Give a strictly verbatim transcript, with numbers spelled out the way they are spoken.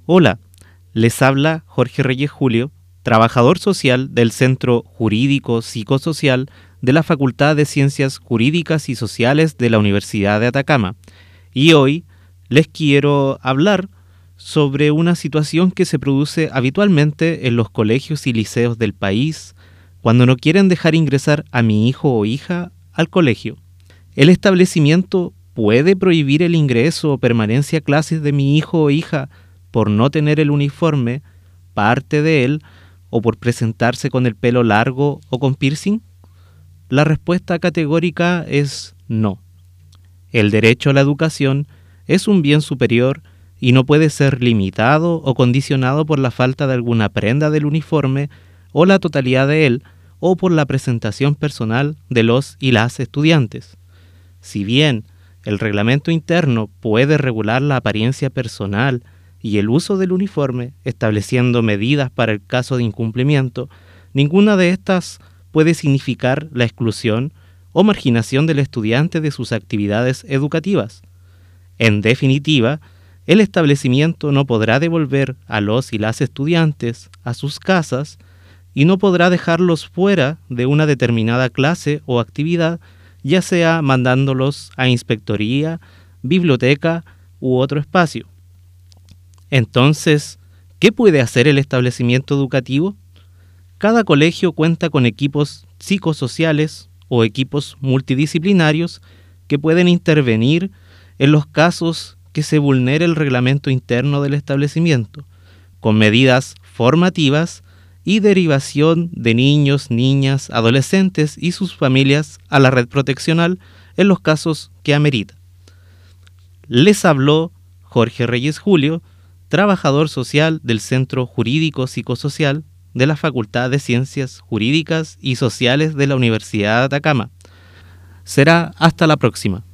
Hola, les habla Jorge Reyes Julio, trabajador social del Centro Jurídico Psicosocial de la Facultad de Ciencias Jurídicas y Sociales de la Universidad de Atacama. Y hoy les quiero hablar sobre una situación que se produce habitualmente en los colegios y liceos del país cuando no quieren dejar ingresar a mi hijo o hija al colegio. El establecimiento puede prohibir el ingreso o permanencia a clases de mi hijo o hija por no tener el uniforme, parte de él, o por presentarse con el pelo largo o con piercing. La respuesta categórica es no. El derecho a la educación es un bien superior y no puede ser limitado o condicionado por la falta de alguna prenda del uniforme o la totalidad de él, o por la presentación personal de los y las estudiantes. Si bien el reglamento interno puede regular la apariencia personal y el uso del uniforme, estableciendo medidas para el caso de incumplimiento, ninguna de estas puede significar la exclusión o marginación del estudiante de sus actividades educativas. En definitiva, el establecimiento no podrá devolver a los y las estudiantes a sus casas y no podrá dejarlos fuera de una determinada clase o actividad, ya sea mandándolos a inspectoría, biblioteca u otro espacio. Entonces, ¿qué puede hacer el establecimiento educativo? Cada colegio cuenta con equipos psicosociales o equipos multidisciplinarios que pueden intervenir en los casos que se vulnere el reglamento interno del establecimiento, con medidas formativas y derivación de niños, niñas, adolescentes y sus familias a la red proteccional en los casos que amerita. Les habló Jorge Reyes Julio, trabajador social del Centro Jurídico Psicosocial de la Facultad de Ciencias Jurídicas y Sociales de la Universidad de Atacama. Será hasta la próxima.